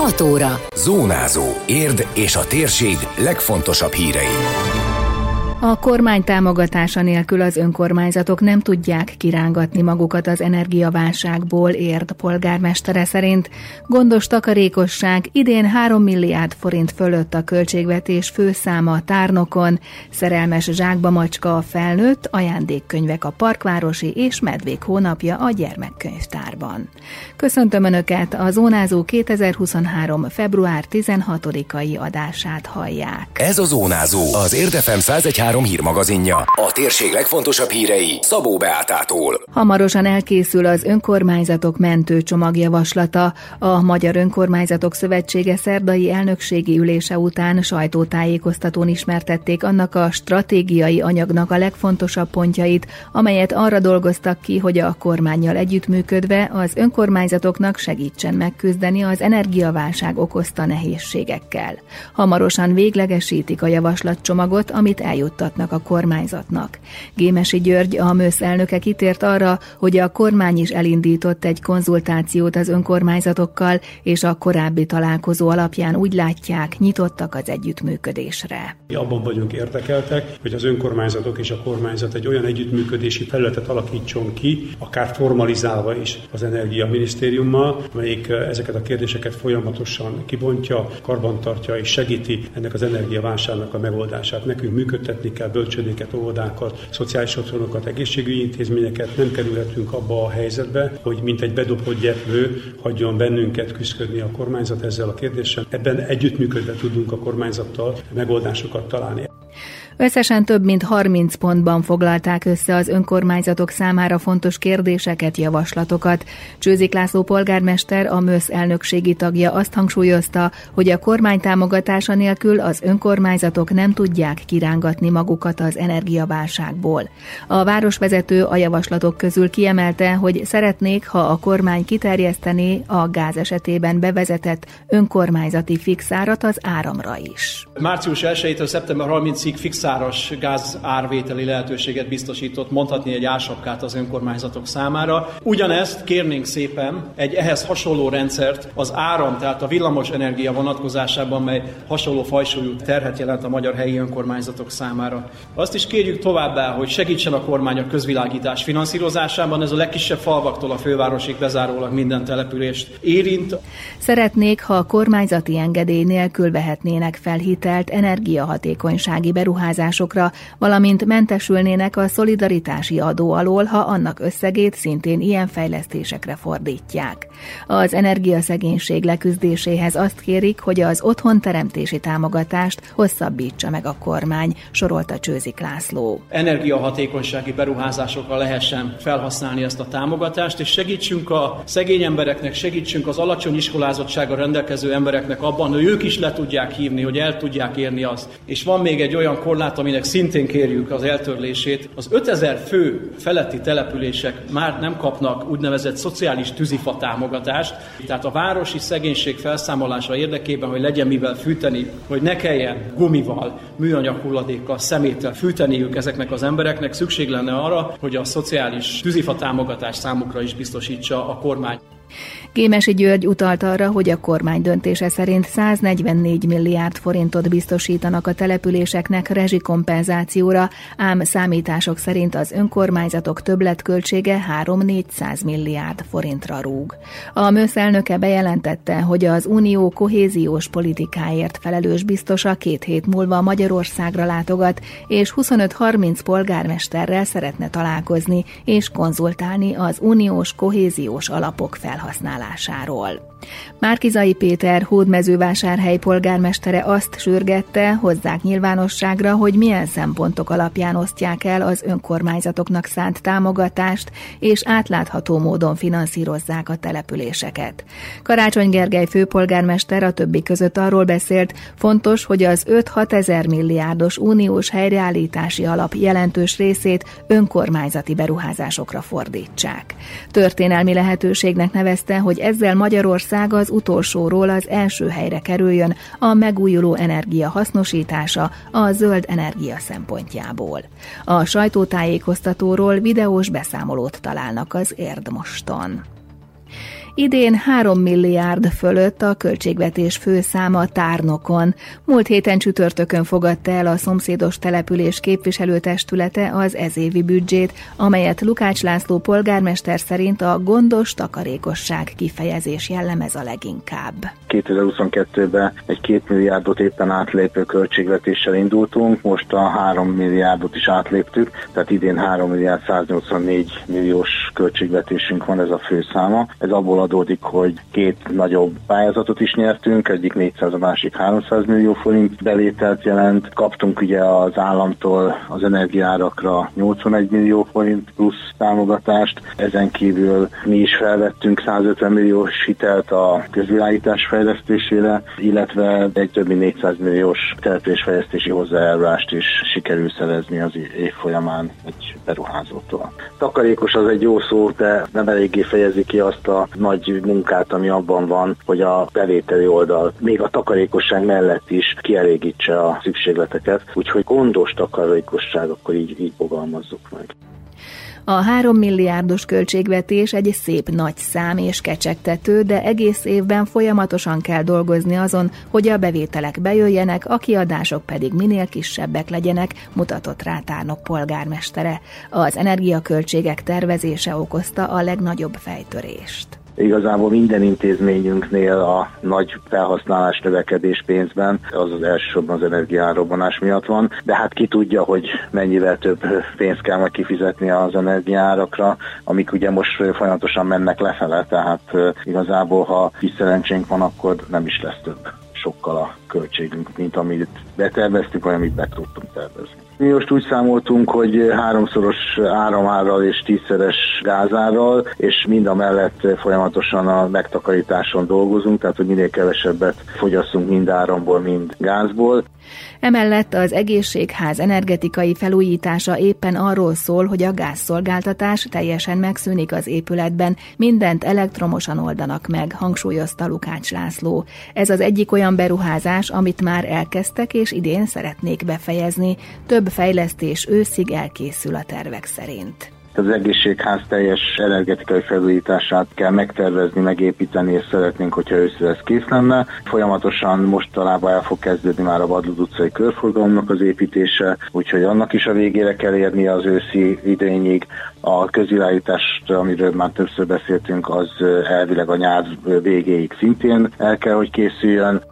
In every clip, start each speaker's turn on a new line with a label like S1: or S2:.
S1: 6 óra.
S2: Zónázó. Érd és a térség legfontosabb hírei.
S3: A kormány támogatása nélkül az önkormányzatok nem tudják kirángatni magukat az energiaválságból, Érd polgármestere szerint. Gondos takarékosság, idén 3 milliárd forint fölött a költségvetés főszáma a tárnokon, szerelmes zsákba macska a felnőtt, ajándékkönyvek a Parkvárosi és Medvék hónapja a gyermekkönyvtárban. Köszöntöm Önöket, a Zónázó 2023. február 16-ai adását hallják.
S2: Ez a Zónázó, az Érd FM 101.3 hírmagazinja. A térség legfontosabb hírei Szabó Beátától.
S3: Hamarosan elkészül az önkormányzatok mentőcsomagjavaslata. A Magyar Önkormányzatok Szövetsége szerdai elnökségi ülése után sajtótájékoztatón ismertették annak a stratégiai anyagnak a legfontosabb pontjait, amelyet arra dolgoztak ki, hogy a kormánnyal együttműködve az önkormányzatoknak segítsen megküzdeni az energiaválság okozta nehézségekkel. Hamarosan véglegesítik a javaslatcsomagot, amit eljuttatnak a kormányzatnak. Gémesi György, a MÖSZ elnöke kitért arra, hogy a kormány is elindított egy konzultációt az önkormányzatokkal, és a korábbi találkozó alapján úgy látják, nyitottak az együttműködésre.
S4: Abban vagyunk érdekeltek, hogy az önkormányzatok és a kormányzat egy olyan együttműködési felületet alakítson ki, akár formalizálva is az Energiaminisztériummal, amelyik ezeket a kérdéseket folyamatosan kibontja, karbantartja és segíti ennek az energiaválságnak a megoldását. Nekünk működtetni kell bölcsődéket, óvodákat, szociális otthonokat, egészségügyi intézményeket, nem kerülhetünk abba a helyzetbe, hogy mint egy bedobott gyeplő hagyjon bennünket küszködni a kormányzat ezzel a kérdéssel. Ebben együttműködve tudunk a kormányzattal megoldásokat találni.
S3: Összesen több mint 30 pontban foglalták össze az önkormányzatok számára fontos kérdéseket, javaslatokat. Csőzik László polgármester, a MÖSZ elnökségi tagja azt hangsúlyozta, hogy a kormány támogatása nélkül az önkormányzatok nem tudják kirángatni magukat az energiaválságból. A városvezető a javaslatok közül kiemelte, hogy szeretnék, ha a kormány kiterjesztené a gáz esetében bevezetett önkormányzati fixárat az áramra is.
S5: Március 1-től szeptember 30-ig fixáros gáz árvételi lehetőséget biztosított, mondhatni egy ársapkát az önkormányzatok számára. Ugyanezt kérnénk szépen egy ehhez hasonló rendszert az áram, tehát a villamos energia vonatkozásában, mely hasonló fajsúlyú terhet jelent a magyar helyi önkormányzatok számára. Azt is kérjük továbbá, hogy segítsen a kormány a közvilágítás finanszírozásában, ez a legkisebb falvaktól a fővárosig bezárólag minden települést érint.
S3: Szeretnék, ha a kormányzati engedély nélkül vehetnének fel hitelt energiahatékonysági beruházásokra, valamint mentesülnének a szolidaritási adó alól, ha annak összegét szintén ilyen fejlesztésekre fordítják. Az energiaszegénység leküzdéséhez azt kérik, hogy az otthonteremtési támogatást hosszabbítsa meg a kormány, sorolta Csőzik László.
S5: Energiahatékonysági beruházásokra lehessen felhasználni ezt a támogatást, és segítsünk a szegény embereknek, segítsünk az alacsony iskolázottsággal rendelkező embereknek abban, hogy ők is le tudják hívni, hogy el tudják érni azt. És van még egy olyan korlát, aminek szintén kérjük az eltörlését. Az 5000 fő feletti települések már nem kapnak úgynevezett szociális tűzifa támogatást. Tehát a városi szegénység felszámolása érdekében, hogy legyen mivel fűteni, hogy ne kelljen gumival, műanyag hulladékkal, szeméttel fűteniük ezeknek az embereknek, szükség lenne arra, hogy a szociális tűzifa támogatás számukra is biztosítsa a kormány.
S3: Gémesi György utalt arra, hogy a kormány döntése szerint 144 milliárd forintot biztosítanak a településeknek rezsikompenzációra, ám számítások szerint az önkormányzatok többletköltsége 3-400 milliárd forintra rúg. A MÖSZ elnöke bejelentette, hogy az unió kohéziós politikáért felelős biztosa 2 hét múlva Magyarországra látogat, és 25-30 polgármesterrel szeretne találkozni és konzultálni az uniós kohéziós alapok felhasználásáról. Márki-Zay Péter Hódmezővásárhely polgármestere azt sürgette, hozzák nyilvánosságra, hogy milyen szempontok alapján osztják el az önkormányzatoknak szánt támogatást, és átlátható módon finanszírozzák a településeket. Karácsony Gergely főpolgármester a többi között arról beszélt, fontos, hogy az 5-6 ezer milliárdos uniós helyreállítási alap jelentős részét önkormányzati beruházásokra fordítsák. Történelmi lehetőségnek nevezte, hogy ezzel Magyarország az utolsóról az első helyre kerüljön a megújuló energia hasznosítása a zöld energia szempontjából. A sajtótájékoztatóról videós beszámolót találnak az Érd Moston. Idén 3 milliárd fölött a költségvetés főszáma Tárnokon. Múlt héten csütörtökön fogadta el a szomszédos település képviselőtestülete az ezévi büdzsét, amelyet Lukács László polgármester szerint a gondos takarékosság kifejezés jellemez a leginkább.
S1: 2022-ben egy 2 milliárdot éppen átlépő költségvetéssel indultunk, most a 3 milliárdot is átléptük, tehát idén 3 milliárd 184 milliós költségvetésünk van, ez a főszáma. Ez abból adódik, hogy 2 nagyobb pályázatot is nyertünk, egyik 400, a másik 300 millió forint bevételt jelent. Kaptunk ugye az államtól az energiaárakra 81 millió forint plusz támogatást. Ezen kívül mi is felvettünk 150 milliós hitelt a közvilágítás fejlesztésére, illetve egy több mint 400 milliós településfejlesztési hozzájárulást is sikerül szerezni az év folyamán egy beruházótól. Takarékos az egy jó szó, de nem eléggé fejezi ki azt a nagy munkát, ami abban van, hogy a bevételi oldal még a takarékosság mellett is kielégítse a szükségleteket, úgyhogy gondos takarékosság, akkor így fogalmazzuk meg.
S3: A 3 milliárdos költségvetés egy szép nagy szám és kecsegtető, de egész évben folyamatosan kell dolgozni azon, hogy a bevételek bejöjjenek, a kiadások pedig minél kisebbek legyenek, mutatott rá Tárnok polgármestere. Az energiaköltségek tervezése okozta a legnagyobb fejtörést.
S1: Igazából minden intézményünknél a nagy felhasználás növekedés pénzben az elsősorban az energiárobbanás miatt van, de hát ki tudja, hogy mennyivel több pénzt kell majd kifizetni az energiárakra, amik ugye most folyamatosan mennek lefele, tehát igazából ha kis szerencsénk van, akkor nem is lesz több sokkal a költségünk, mint amit beterveztük, vagy amit be tudtunk tervezni. Mi most úgy számoltunk, hogy 3-szoros áramárral és 10-szeres gázárral, és mind a mellett folyamatosan a megtakarításon dolgozunk, tehát hogy minél kevesebbet fogyasszunk mind áramból, mind gázból.
S3: Emellett az egészségház energetikai felújítása éppen arról szól, hogy a gázszolgáltatás teljesen megszűnik az épületben, mindent elektromosan oldanak meg, hangsúlyozta Lukács László. Ez az egyik olyan beruházás, amit már elkezdtek és idén szeretnék befejezni. Több fejlesztés őszig elkészül a tervek szerint.
S1: Az egészségház teljes energetikai felújítását kell megtervezni, megépíteni, és szeretnénk, hogyha őszre ez kész lenne. Folyamatosan mostanában el fog kezdődni már a Vadlód utcai körforgalomnak az építése, úgyhogy annak is a végére kell érni az őszi idényig. A közvilágítást, amiről már többször beszéltünk, az elvileg a nyár végéig szintén el kell, hogy készüljön.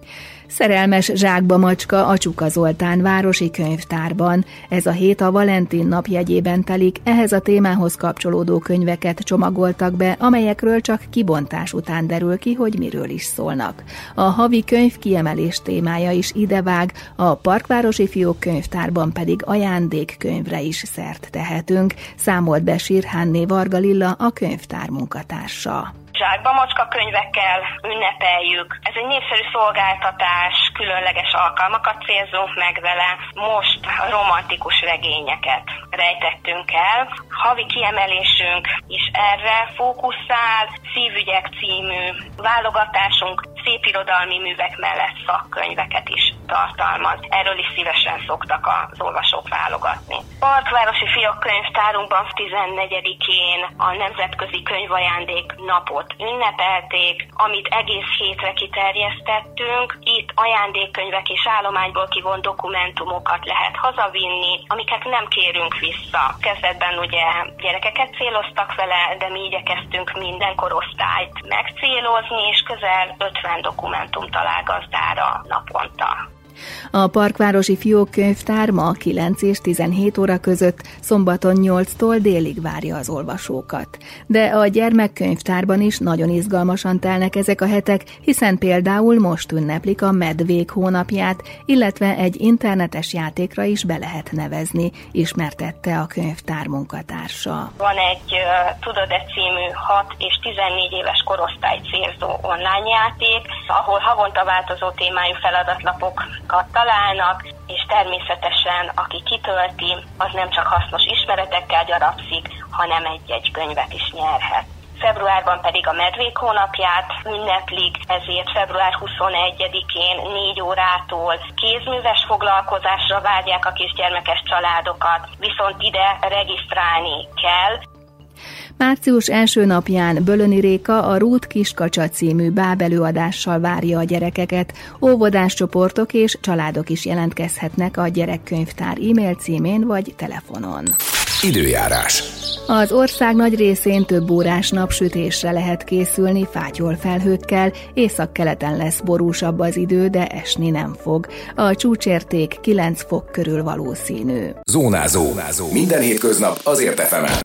S3: Szerelmes zsákba macska a Csuka Zoltán városi könyvtárban. Ez a hét a Valentin nap jegyében telik, ehhez a témához kapcsolódó könyveket csomagoltak be, amelyekről csak kibontás után derül ki, hogy miről is szólnak. A havi könyv kiemelés témája is idevág, a Parkvárosi Fiók könyvtárban pedig ajándékkönyvre is szert tehetünk, számolt be Sirhánné Varga Lilla, a könyvtár munkatársa.
S6: Zsákba macska könyvekkel ünnepeljük. Ez egy népszerű szolgáltatás, különleges alkalmakat célzunk meg vele. Most romantikus regényeket rejtettünk el. Havi kiemelésünk is erre fókuszál, Szívügyek című válogatásunk szépirodalmi művek mellett szakkönyveket is tartalmaz. Erről is szívesen szoktak az olvasók válogatni. Parkvárosi Fiók könyvtárunkban 14-én a Nemzetközi Könyvajándék napot ünnepelték, amit egész hétre kiterjesztettünk. Itt ajándékkönyvek és állományból kivont dokumentumokat lehet hazavinni, amiket nem kérünk vissza. Kezdetben ugye gyerekeket céloztak vele, de mi igyekeztünk minden korosztályt megcélozni, és közel 50 dokumentum talál gazdára naponta.
S3: A Parkvárosi Fiók könyvtár ma 9 és 17 óra között, szombaton 8-tól délig várja az olvasókat. De a gyermekkönyvtárban is nagyon izgalmasan telnek ezek a hetek, hiszen például most ünneplik a Medvék hónapját, illetve egy internetes játékra is be lehet nevezni, ismertette a könyvtár munkatársa.
S6: Van egy Tudod-e című 6 és 14 éves korosztály célzó online játék, ahol havonta változó témájú feladatlapokat találnak, és természetesen aki kitölti, az nem csak hasznos ismeretekkel gyarapszik, hanem egy-egy könyvet is nyerhet. Februárban pedig a Medvék hónapját ünneplik, ezért február 21-én 4 órától kézműves foglalkozásra várják a kisgyermekes családokat, viszont ide regisztrálni kell.
S3: Március első napján Bölöni Réka a Rút Kiskacsa című bábelőadással várja a gyerekeket. Óvodás csoportok és családok is jelentkezhetnek a gyerekkönyvtár e-mail címén vagy telefonon.
S2: Időjárás.
S3: Az ország nagy részén több órás napsütésre lehet készülni fátyol felhőkkel, északkeleten lesz borúsabb az idő, de esni nem fog. A csúcsérték 9 fok körül valószínű.
S2: Zónázó. Minden hétköznap azért FM-en.